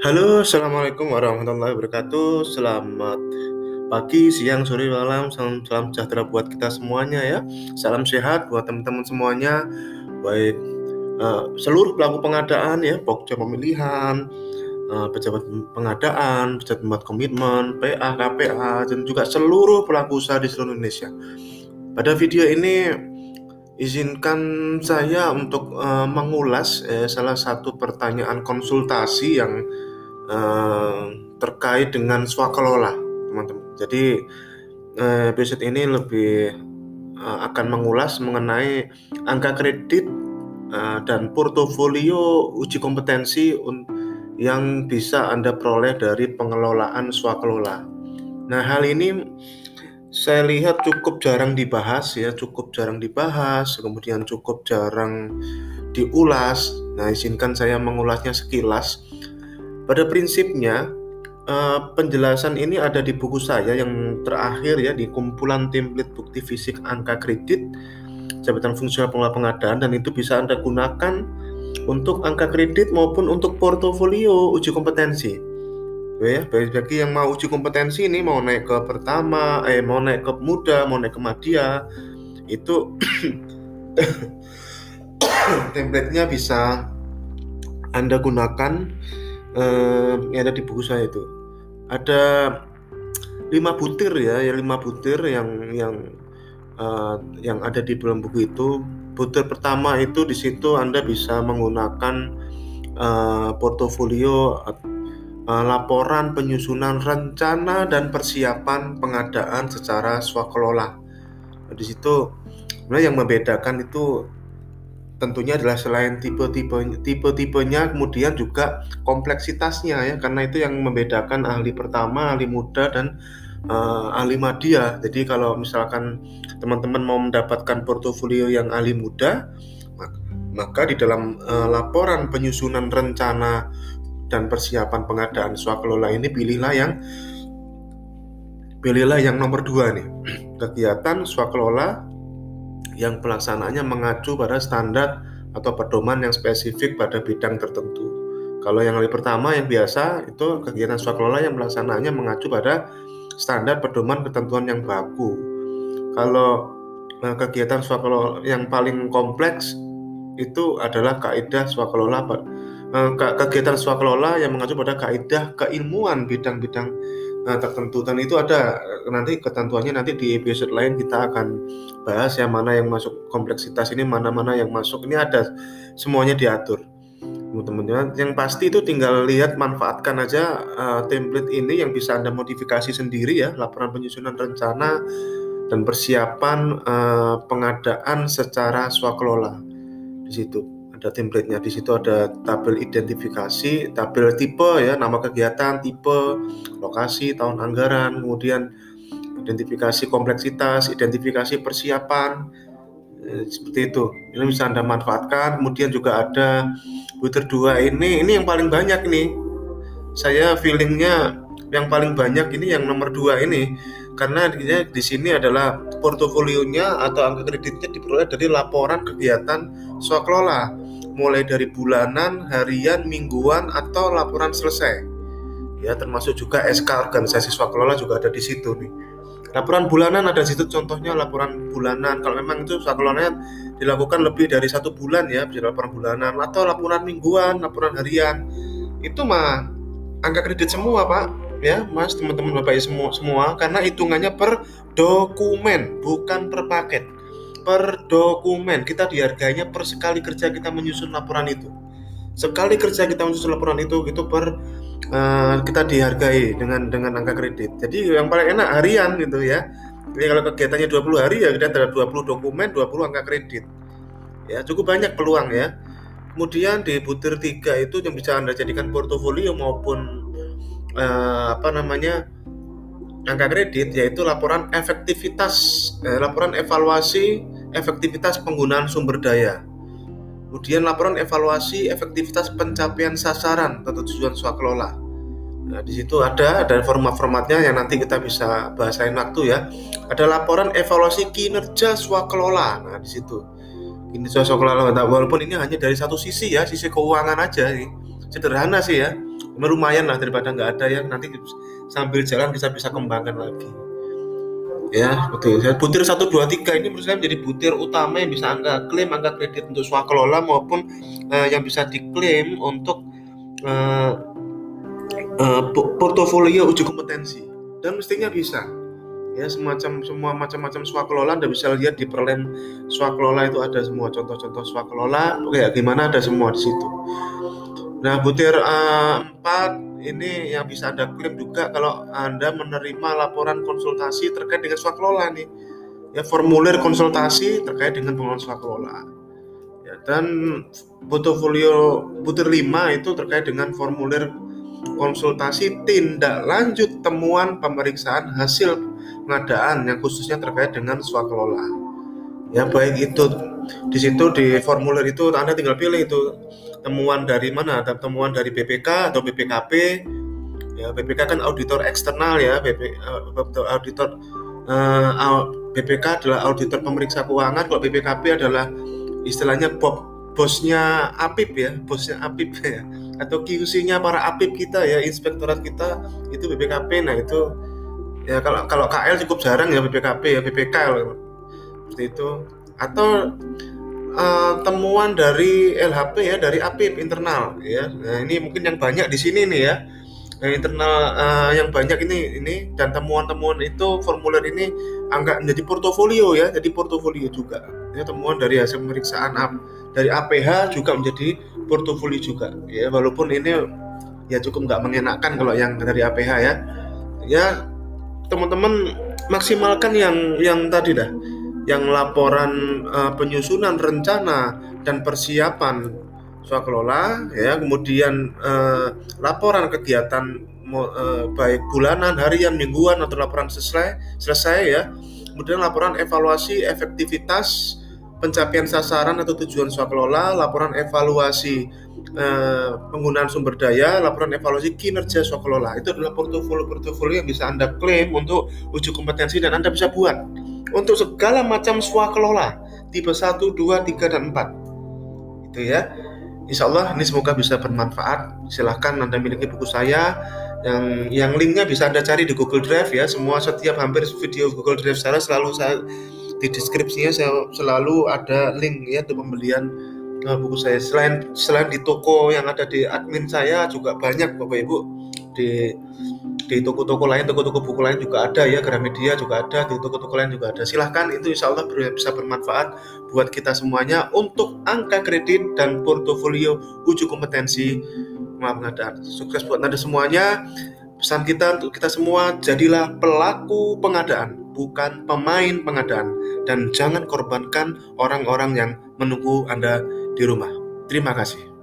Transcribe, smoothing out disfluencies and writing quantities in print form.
Halo, assalamualaikum warahmatullahi wabarakatuh. Selamat pagi, siang, sore, malam. Salam sejahtera buat kita semuanya ya. Salam sehat buat teman-teman semuanya. Baik seluruh pelaku pengadaan ya, pokja pemilihan, pejabat pengadaan, pejabat pembuat komitmen, PA, KPA, dan juga seluruh pelaku usaha di seluruh Indonesia. Pada video ini izinkan saya untuk mengulas salah satu pertanyaan konsultasi yang terkait dengan swakelola, teman-teman. Jadi episode ini lebih akan mengulas mengenai angka kredit dan portofolio uji kompetensi yang bisa Anda peroleh dari pengelolaan swakelola. Nah, hal ini saya lihat cukup jarang dibahas, kemudian cukup jarang diulas. Nah, izinkan saya mengulasnya sekilas. Pada prinsipnya, penjelasan ini ada di buku saya yang terakhir ya, di kumpulan template bukti fisik angka kredit jabatan fungsional pengelola pengadaan, dan itu bisa Anda gunakan untuk angka kredit maupun untuk portofolio uji kompetensi. Ya, bagi yang mau uji kompetensi ini, mau naik ke pertama, mau naik ke muda, mau naik ke madya, itu template-nya bisa Anda gunakan yang ada di buku saya itu. Ada 5 butir ya, 5 butir yang ada di dalam buku itu. Butir pertama itu di situ Anda bisa menggunakan portofolio laporan penyusunan rencana dan persiapan pengadaan secara swakelola. Di situ sebenarnya yang membedakan itu tentunya adalah selain tipe-tipenya, kemudian juga kompleksitasnya ya, karena itu yang membedakan ahli pertama, ahli muda, dan ahli madya. Jadi kalau misalkan teman-teman mau mendapatkan portofolio yang ahli muda, maka di dalam laporan penyusunan rencana dan persiapan pengadaan swakelola ini pilihlah yang nomor 2 nih. Kegiatan swakelola yang pelaksanaannya mengacu pada standar atau pedoman yang spesifik pada bidang tertentu. Kalau yang ahli pertama yang biasa itu kegiatan swakelola yang pelaksanaannya mengacu pada standar pedoman ketentuan yang baku. Kalau kegiatan swakelola yang paling kompleks itu adalah kaidah swakelola, kegiatan swakelola yang mengacu pada kaidah keilmuan bidang-bidang tertentu, dan itu ada nanti ketentuannya. Nanti di episode lain kita akan bahas yang mana yang masuk kompleksitas ini, mana-mana yang masuk ini, ada semuanya diatur, teman-teman. Yang pasti itu tinggal lihat, manfaatkan aja template ini yang bisa Anda modifikasi sendiri ya, laporan penyusunan rencana dan persiapan pengadaan secara swakelola. Di situ ada template-nya, di situ ada tabel identifikasi, tabel tipe ya, nama kegiatan, tipe, lokasi, tahun anggaran, kemudian identifikasi kompleksitas, identifikasi persiapan, seperti itu. Ini bisa Anda manfaatkan. Kemudian juga ada butir 2 ini yang paling banyak nih. Saya feelingnya yang paling banyak ini yang nomor 2 ini, karena di sini adalah portofolionya atau angka kreditnya diperoleh dari laporan kegiatan swakelola, mulai dari bulanan, harian, mingguan, atau laporan selesai. Ya, termasuk juga SK organisasi swakelola juga ada di situ nih. Laporan bulanan ada di situ, contohnya laporan bulanan. Kalau memang itu swakelolanya dilakukan lebih dari 1 bulan ya, bisa laporan bulanan, atau laporan mingguan, laporan harian. Itu mah angka kredit semua Pak ya, Mas, teman-teman Bapak semua, karena hitungannya per dokumen, bukan per paket. Per dokumen, kita dihargainya per sekali kerja kita menyusun laporan itu. Sekali kerja kita menyusun laporan itu per kita dihargai dengan angka kredit. Jadi yang paling enak harian gitu ya. Jadi kalau kegiatannya 20 hari ya kita ada 20 dokumen, 20 angka kredit. Ya, cukup banyak peluang ya. Kemudian di butir 3 itu yang bisa Anda jadikan portofolio maupun angka kredit, yaitu laporan laporan evaluasi efektivitas penggunaan sumber daya. Kemudian laporan evaluasi efektivitas pencapaian sasaran atau tujuan swakelola. Nah, di situ ada format-formatnya yang nanti kita bisa bahas lain waktu ya. Ada laporan evaluasi kinerja swakelola. Nah, di situ kinerja swakelola, walaupun ini hanya dari satu sisi ya, sisi keuangan aja nih. Sederhana sih ya. lumayan lah daripada nggak ada, ya nanti sambil jalan bisa kembangkan lagi. Ya betul. Butir 1, 2, 3 ini menurut saya menjadi butir utama yang bisa Anda klaim angka kredit untuk swakelola maupun yang bisa diklaim untuk portofolio uji kompetensi, dan mestinya bisa. Ya semua macam-macam swakelola Anda bisa lihat di Perlem swakelola, itu ada semua contoh-contoh swakelola kayak gimana, ada semua di situ. Nah, butir 4 ini yang bisa Anda klaim juga kalau Anda menerima laporan konsultasi terkait dengan swakelola nih. Ya, formulir konsultasi terkait dengan pengelolaan swakelola. Ya, dan portofolio butir 5 itu terkait dengan formulir konsultasi tindak lanjut temuan pemeriksaan hasil pengadaan yang khususnya terkait dengan swakelola. Ya, baik itu di situ di formulir itu Anda tinggal pilih itu temuan dari mana, temuan dari BPK atau BPKP. Ya, BPK kan auditor eksternal ya, auditor BPK adalah auditor pemeriksa keuangan, kalau BPKP adalah istilahnya bosnya APIP ya, atau QC-nya para APIP kita ya, inspektorat kita itu BPKP. Nah itu ya, kalau KL cukup jarang ya BPKP ya, BPK seperti itu. Atau temuan dari LHP ya, dari APIP internal ya. Nah ini mungkin yang banyak di sini nih ya, internal yang banyak ini, dan temuan-temuan itu formulir ini anggap menjadi portofolio ya, jadi portofolio juga ya, temuan dari hasil pemeriksaan dari APH juga menjadi portofolio juga ya, walaupun ini ya cukup nggak mengenakan kalau yang dari APH ya teman-teman maksimalkan yang tadi dah, yang laporan penyusunan rencana dan persiapan swakelola ya, kemudian laporan kegiatan baik bulanan, harian, mingguan atau laporan selesai ya, kemudian laporan evaluasi efektivitas pencapaian sasaran atau tujuan swakelola, laporan evaluasi penggunaan sumber daya, laporan evaluasi kinerja swakelola. Itu adalah portofolio yang bisa Anda klaim untuk uji kompetensi dan Anda bisa buat untuk segala macam swakelola tipe 1, 2, 3, dan 4 itu ya. Insya Allah ini semoga bisa bermanfaat. Silahkan Anda miliki buku saya yang linknya bisa Anda cari di Google Drive ya. Setiap hampir video Google Drive saya selalu di deskripsinya saya selalu ada link ya untuk pembelian buku saya. Selain di toko yang ada di admin saya, juga banyak Bapak Ibu di toko-toko lain, toko-toko buku lain juga ada ya, Gramedia juga ada, di toko-toko lain juga ada. Silahkan, itu insya Allah bisa bermanfaat buat kita semuanya untuk angka kredit dan portofolio uji kompetensi pengadaan. Sukses buat Anda semuanya. Pesan kita untuk kita semua, jadilah pelaku pengadaan, bukan pemain pengadaan, dan jangan korbankan orang-orang yang menunggu Anda di rumah. Terima kasih.